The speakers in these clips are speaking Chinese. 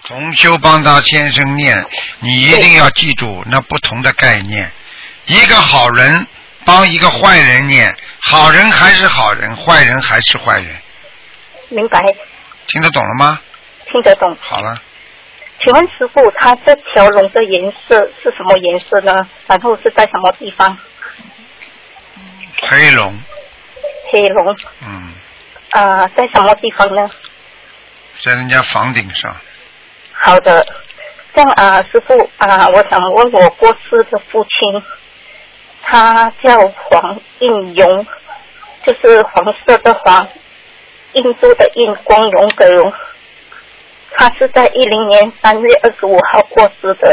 同修帮他先生念，你一定要记住那不同的概念。一个好人帮一个坏人念，好人还是好人，坏人还是坏人。 明白。 听得懂了吗？ 听得懂。 好了。 请问师父，他这条龙的颜色是什么颜色呢？然后是在什么地方？ 黑龙。 黑龙。在什么地方呢？ 在人家房顶上。 好的，这样师父我想问我过世的父亲，他叫黄应荣，就是黄色的黄，印度的印，光荣的荣。他是在2010年3月25号过世的。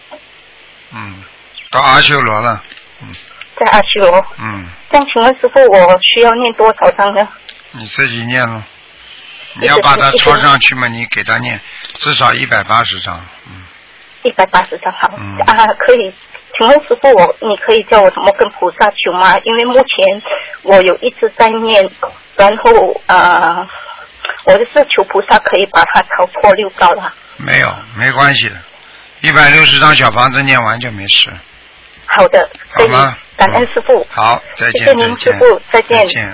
到阿修罗了。 在阿修罗。这样请问师父，我需要念多少章呢？你自己念了。你要把它抄上去嘛，你给他念至少180章。 180章好。可以。请问师父，你可以叫我怎么跟菩萨求吗？因为目前我有一直在念，然后我就是求菩萨可以把它超脱6道了。 没有，没关系的，160张小房子念完就没事。 好的， 好吗？ 感恩师父。 好，再见。 谢谢您，师父，再见。 再见。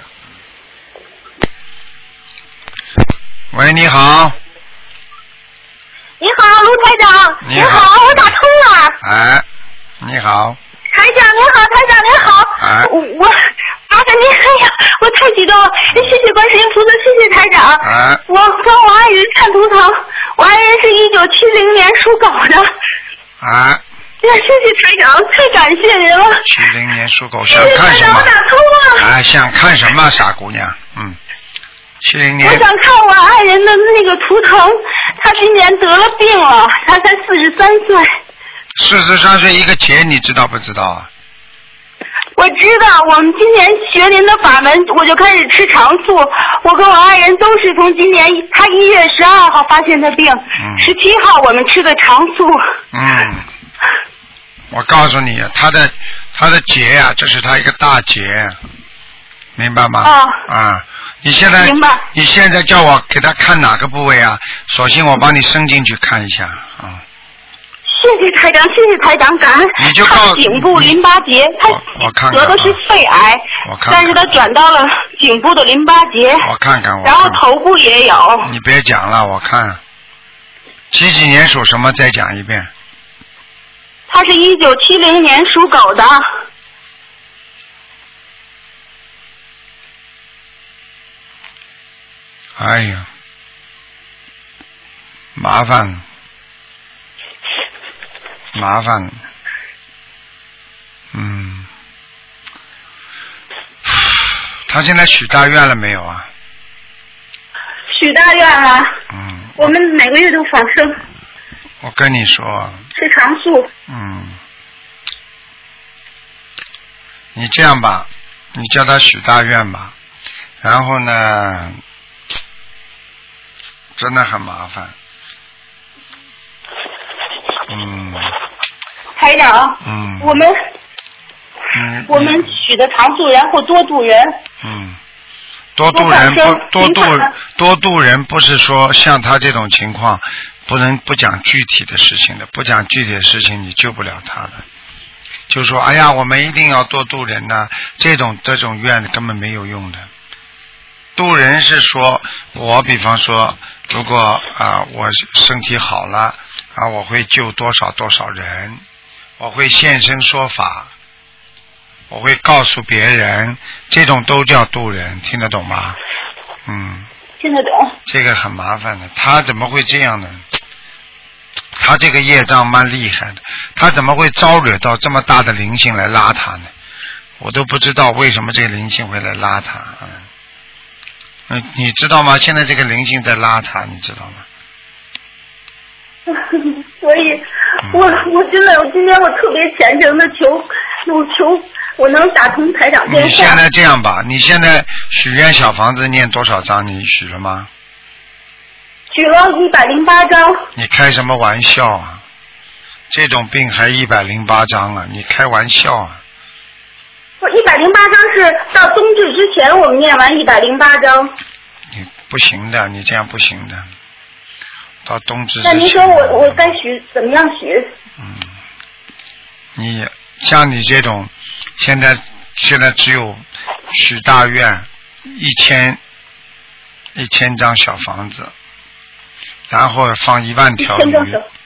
喂，你好。 你好，卢台长。 你好， 我打通了。 哎，你好。 台长您好，台长您好。 哎。 我麻烦您，哎呀，我太激动了！谢谢观世音菩萨，谢谢台长。 哎。 我帮我爱人看图腾，我爱人是1970年属狗的。 哎。 谢谢台长，太感谢您了。 70年属狗，想看什么？ 我打通了。 哎，想看什么，傻姑娘？70年。 我想看我爱人的那个图腾，他今年得了病了，他才43岁。 43岁一个劫，你知道不知道啊？ 我知道，我们今年学您的法门，我就开始吃长素。我跟我爱人都是从今年他1月12号发现的病，17号我们吃的长素。 我告诉你，他的劫呀，这是他一个大劫，明白吗？你现在叫我给他看哪个部位啊？索性我帮你伸进去看一下谢谢台长，谢谢台长，感恩。 你就他颈部淋巴结，他得的是肺癌，但是他转到了颈部的淋巴结。 我看看。 然后头部也有。 你别讲了，我看。几年属什么？再讲一遍。 他是1970年属狗的。 哎呀，麻烦了。他现在许大愿了没有啊？ 许大愿了。我们每个月都放生。 我跟你说。 吃长素。 你这样吧，你叫他许大愿吧，然后呢，真的很麻烦。 台长。我们许的长素，然后多度人。 多度人不是说像他这种情况不讲具体的事情的，不讲具体的事情你救不了他的。就说哎呀，我们一定要多度人呐，这种愿根本没有用的。度人是说，我比方说，如果我身体好了我会救多少人，我会现身说法，我会告诉别人，这种都叫度人，听得懂吗？ 听得懂。 这个很麻烦的，他怎么会这样呢？他这个业障蛮厉害的，他怎么会招惹到这么大的灵性来拉他呢？我都不知道为什么这个灵性会来拉他。你知道吗？现在这个灵性在拉他，你知道吗？ 所以我真的，今天我特别虔诚的求我能打通台长电话。你现在这样吧，你现在许愿小房子念多少章？你许了吗？ 许了108章。 你开什么玩笑啊？这种病还108章啊？你开玩笑啊？ 我108章是到冬至之前我们念完108章。 你不行的，你这样不行的。 到冬至之前。那您说我该许怎么样许？ 你像你这种，现在只有许大愿1000张小房子，然后放1万条鱼。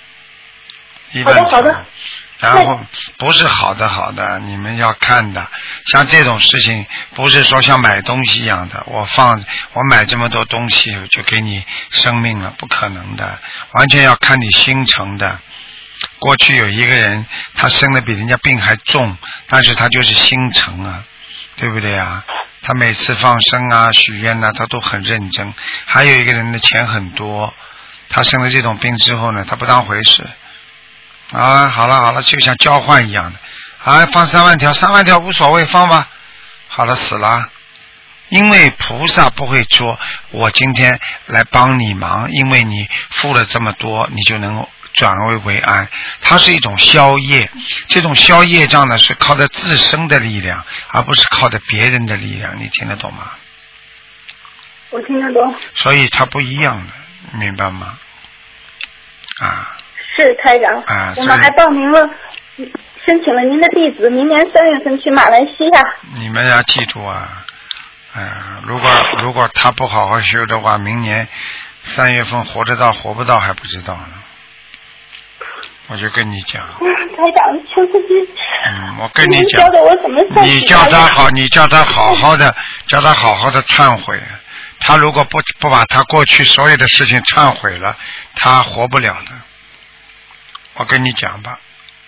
好的。 然后不是好的，你们要看的。像这种事情，不是说像买东西一样的，我买这么多东西就给你生命了，不可能的，完全要看你心诚的。过去有一个人，他生的比人家病还重，但是他就是心诚啊，对不对啊？他每次放生啊、许愿啊，他都很认真。还有一个人的钱很多，他生了这种病之后呢，他不当回事。啊，好了，就像交换一样的，啊，放3万条，3万条无所谓，放吧。好了，死了。因为菩萨不会说，我今天来帮你忙，因为你付了这么多，你就能转危为安。它是一种消业，这种消业障呢，是靠着自身的力量，而不是靠着别人的力量。你听得懂吗？ 我听得懂。 所以它不一样的，明白吗？啊。 是台长，我们还报名了，申请了您的地址，明年3月份去马来西亚。你们要记住啊，如果他不好好修的话，明年3月份活得到活不到还不知道呢。我就跟你讲。 台长，求求您。 我跟你讲。 教给我怎么算？ 你叫他好好的忏悔。他如果不把他过去所有的事情忏悔了，他活不了的。我跟你讲吧，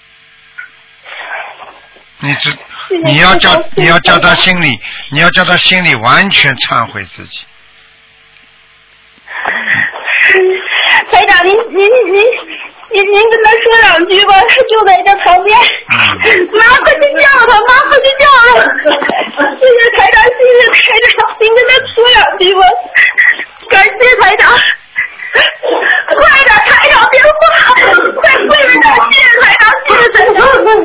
你要叫他心里完全忏悔自己。 台长，您跟他说2句吧，他就在这旁边。妈，快去叫他！谢谢台长，您跟他说2句吧，感谢台长。快点，台长别挂，快跪着点，谢谢台长，谢谢台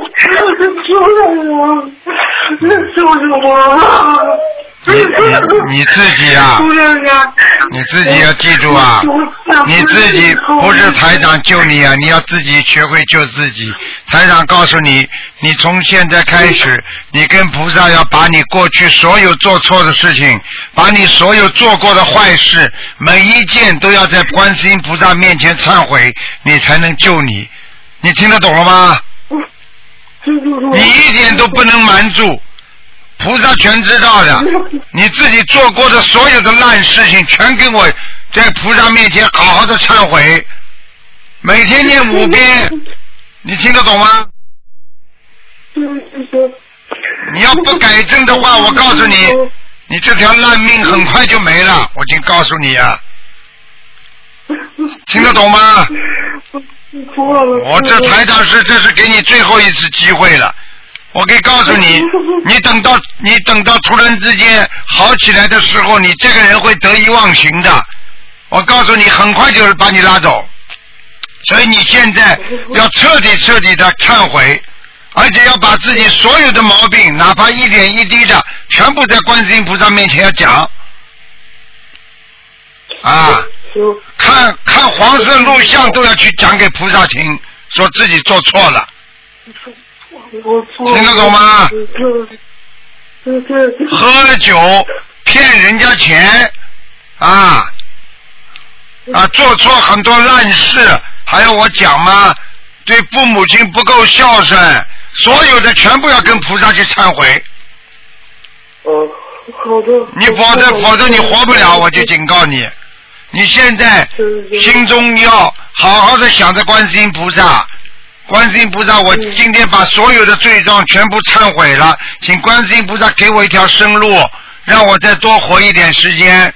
长。 你自己啊，你自己要记住啊，你自己不是台长救你啊，你要自己学会救自己。台长告诉你，你从现在开始，你跟菩萨要把你过去所有做错的事情，把你所有做过的坏事，每一件都要在观世音菩萨面前忏悔，你才能救你。你听得懂了吗？你一点都不能瞒住。菩萨全知道的，你自己做过的所有的烂事情，全跟我在菩萨面前好好的忏悔，每天念5遍，你听得懂吗？你要不改正的话，我告诉你，你这条烂命很快就没了，我已经告诉你啊，听得懂吗？我这台长这是给你最后一次机会了。我可以告诉你，你等到突然之间好起来的时候，你这个人会得意忘形的。我告诉你，很快就把你拉走。所以你现在要彻底的忏悔，而且要把自己所有的毛病，哪怕一点一滴的，全部在观世音菩萨面前要讲。啊，看黄色录像都要去讲给菩萨听，说自己做错了。听得懂吗？喝酒骗人家钱做错很多烂事，还要我讲吗？对父母亲不够孝顺，所有的全部要跟菩萨去忏悔。 好的。 你否则你活不了，我就警告你。你现在心中要好好的想着观世音菩萨。观世音菩萨，我今天把所有的罪状全部忏悔了，请观世音菩萨给我一条生路，让我再多活一点时间。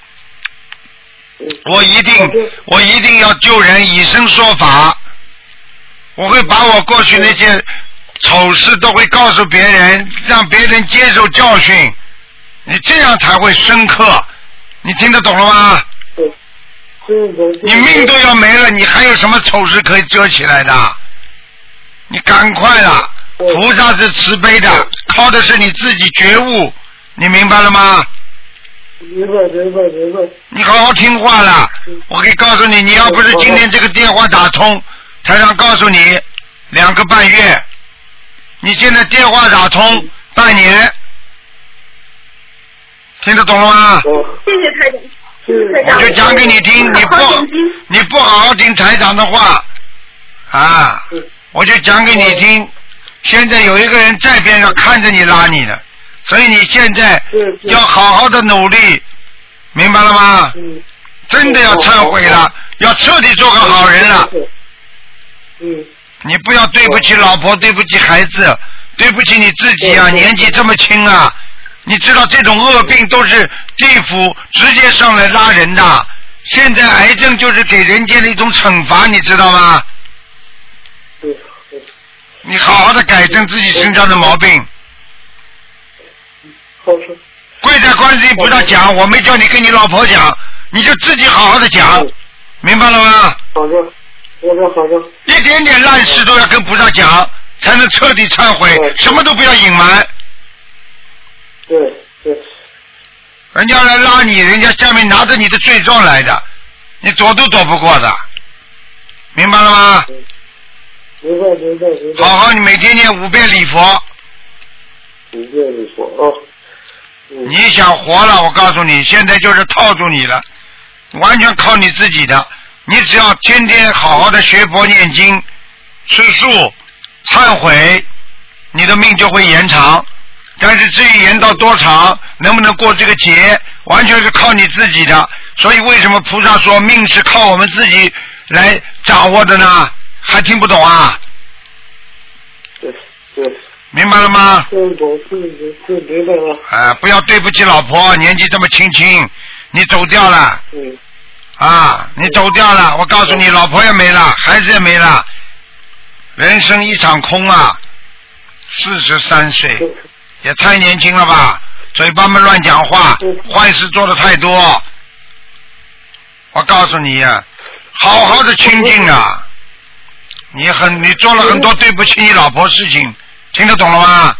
我一定要救人，以身说法。我会把我过去那些丑事都会告诉别人，让别人接受教训。你这样才会深刻。你听得懂了吗？你命都要没了，你还有什么丑事可以遮起来的？你赶快了，菩萨是慈悲的，靠的是你自己觉悟，你明白了吗？ 明白。 你好好听话了，我可以告诉你，你要不是今天这个电话打通，台长告诉你2个半月，你现在电话打通半年，听得懂了吗？ 谢谢台长。 我就讲给你听，你不好好听台长的话啊，我就讲给你听。现在有一个人在边上看着你拉你呢，所以你现在要好好的努力，明白了吗？真的要忏悔了，要彻底做个好人了。你不要对不起老婆，对不起孩子，对不起你自己啊，年纪这么轻啊。你知道这种恶病都是地府直接上来拉人的，现在癌症就是给人间的一种惩罚，你知道吗？你好好的改正自己身上的毛病。跪在观世音菩萨讲，我没叫你跟你老婆讲，你就自己好好的讲，明白了吗？ 好的，好的。 一点点烂事都要跟菩萨讲，才能彻底忏悔，什么都不要隐瞒。 对。 人家来拉你，人家下面拿着你的罪状来的，你躲都躲不过的，明白了吗？ 明白。 好好，你每天念5遍礼佛。 5遍礼佛啊。 你想活了，我告诉你，现在就是套住你了，完全靠你自己的。你只要天天好好的学佛念经、吃素、忏悔，你的命就会延长。但是至于延到多长，能不能过这个劫，完全是靠你自己的。所以为什么菩萨说命是靠我们自己来掌握的呢？还听不懂啊？ 对。 明白了吗？ 明白了。 不要对不起老婆，年纪这么轻，你走掉了。你走掉了，我告诉你，老婆也没了，孩子也没了，人生一场空啊！43岁。也太年轻了吧，嘴巴们乱讲话，坏事做的太多。我告诉你呀，好好的清净啊！你做了很多对不起你老婆事情，听得懂了吗？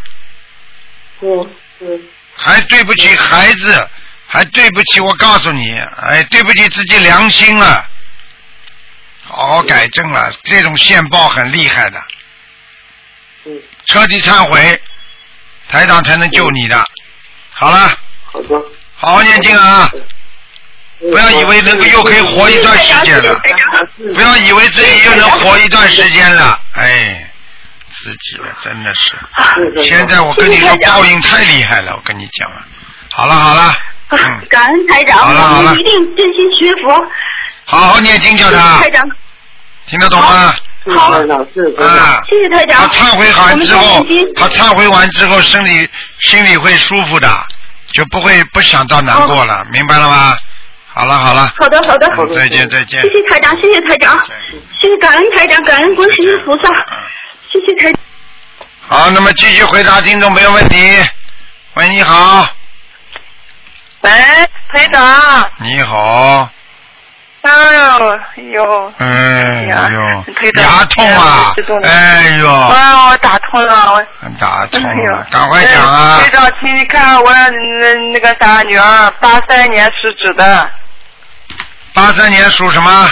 还对不起孩子，还对不起，我告诉你，对不起自己良心啊！好好改正了，这种现报很厉害的。彻底忏悔。台长才能救你的。好了， 好的， 好好念经啊！不要以为能够又可以活一段时间了，不要以为自己又能活一段时间了，自己了真的是。现在我跟你说，报应太厉害了，我跟你讲了。好了， 感恩台长，我们一定真心学佛， 好好念经叫他。 台长， 听得懂吗？ 好，谢谢台长。 他忏悔完之后，心里会舒服的，就不想到难过了，明白了吗？好了。 好的。 再见。 谢谢台长，谢谢感恩台长，感恩观世音菩萨，谢谢台长。 好，那么继续回答听众没有问题。喂，你好。 喂，台长。 你好。 哎呦， 牙痛啊！ 我打通了， 赶快讲啊！ 台长，请你看我那个女儿，83年属猪的。 83年属什么？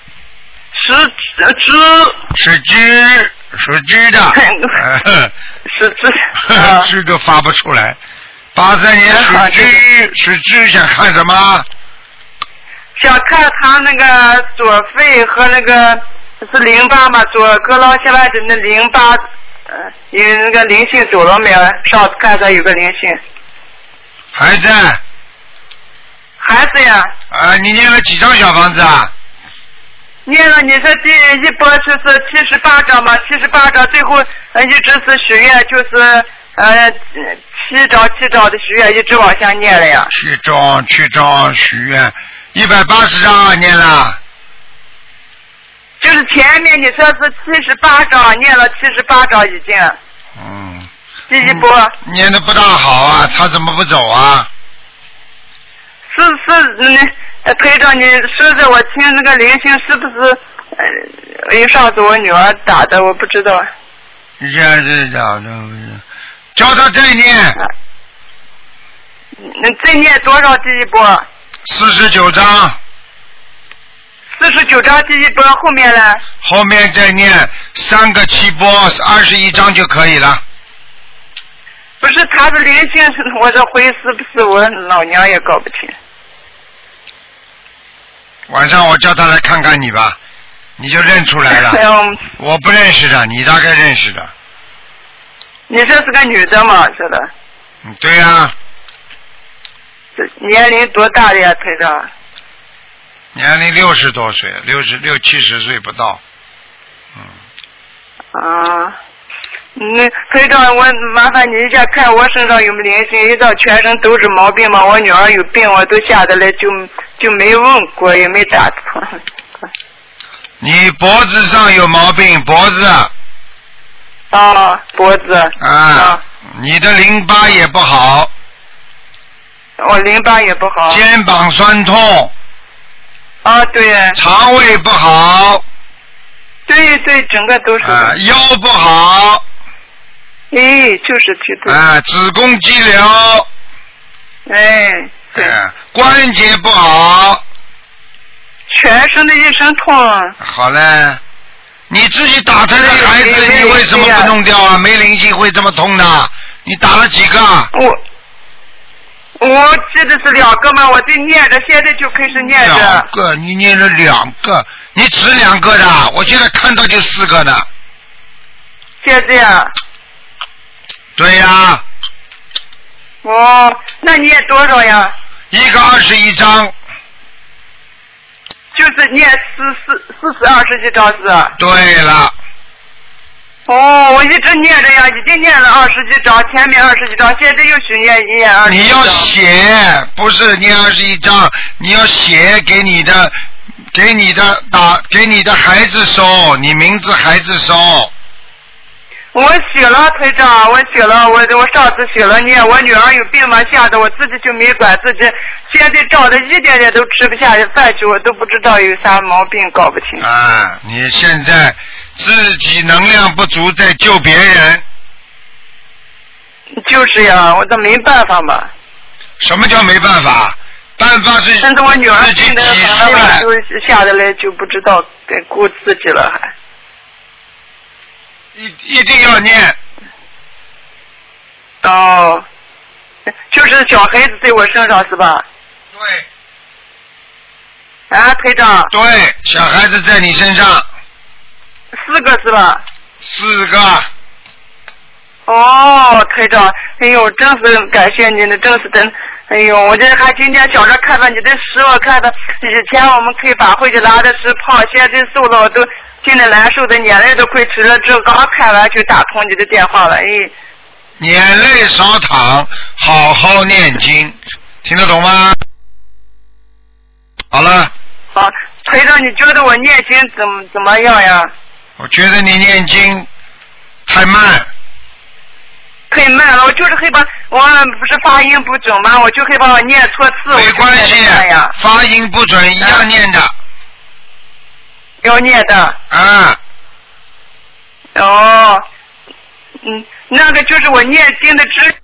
属鸡的。鸡都发不出来。83年属鸡，想看什么？ 想看他那个左肺和那个是淋巴嘛，左隔廊下来的那淋巴，有那个灵性走了没有？上次看他有个灵性。 还在。 孩子呀。 你念了几张小房子啊？ 念了，你说第一波是78张嘛，78张，最后一直是许愿，就是7张的许愿，一直往下念了呀。 7张许愿。180张念了， 就是前面你说是78张，念了78张已经。第一波。 念的不大好啊，他怎么不走啊？ 台长，你说的我听那个灵性是不是？上次我女儿打的，我不知道。 叫他再念。 再念多少第一波？ 49章。 49章第一波，后面呢？ 后面再念3个7波，21章就可以了。 不是，他是灵性，我这回是不是我老娘也搞不清。 晚上我叫他来看看你吧，你就认出来了。我不认识的，你大概认识的。 你这是个女的吗？是的。 对呀。 年龄多大的呀，台长？ 年龄60多岁，60、70岁不到。 台长，我麻烦你一下看我身上有没有灵性，一到全身都是毛病嘛。我女儿有病，我都下得来就没问过，也没打错。 你脖子上有毛病，脖子。 脖子。 你的淋巴也不好。 我淋巴也不好。 肩膀酸痛。 对。 肠胃不好。 对，整个都是。 腰不好。 就是子宫肌瘤。 对。 关节不好。 全身的一身痛。 好嘞，你自己打胎的孩子，你为什么不弄掉啊？没灵性会这么痛的？你打了几个？ 我记得是2个嘛，我在念着，现在就开始念着。 2个，你念了2个，你只2个的，我现在看到就4个的。 现在啊？ 对呀。 那你念多少呀？ 一个21章。 就是念40几章是？ 对了。 我一直念着呀，已经念了20几章，前面20几章，现在又许念20几章。 你要写，不是念21章，你要写给你的孩子收，你名字孩子收。 我写了，台长，我写了，我上次写了念，我女儿有病嘛，吓得我自己就没管自己，现在照的一点点都吃不下饭去，我都不知道有啥毛病，搞不清。 你现在自己能量不足，在救别人。 就是呀，我这没办法嘛。 什么叫没办法？办法是但是我女儿自己挤出来， 就下得来就不知道该顾自己了还。 一定要念。 就是小孩子在我身上是吧？ 对。 台长。 对，小孩子在你身上。 4个是吧 ？4个。 台长，哎呦，真是感谢您的，真是真。哎呦，我这还今天想着看看你的诗，我看到以前我们开法会就拿的是胖，现在瘦了我都心里难受的，眼泪都快吃了，这刚看完就打通你的电话了， 眼泪少淌，好好念经，听得懂吗？好了。 台长，你觉得我念经怎么样呀？ 我觉得你念经太慢。 太慢了，我就是害怕，我不是发音不准吗？我就害怕我念错字。 没关系，发音不准一样念的。 要念的。那个就是我念经的之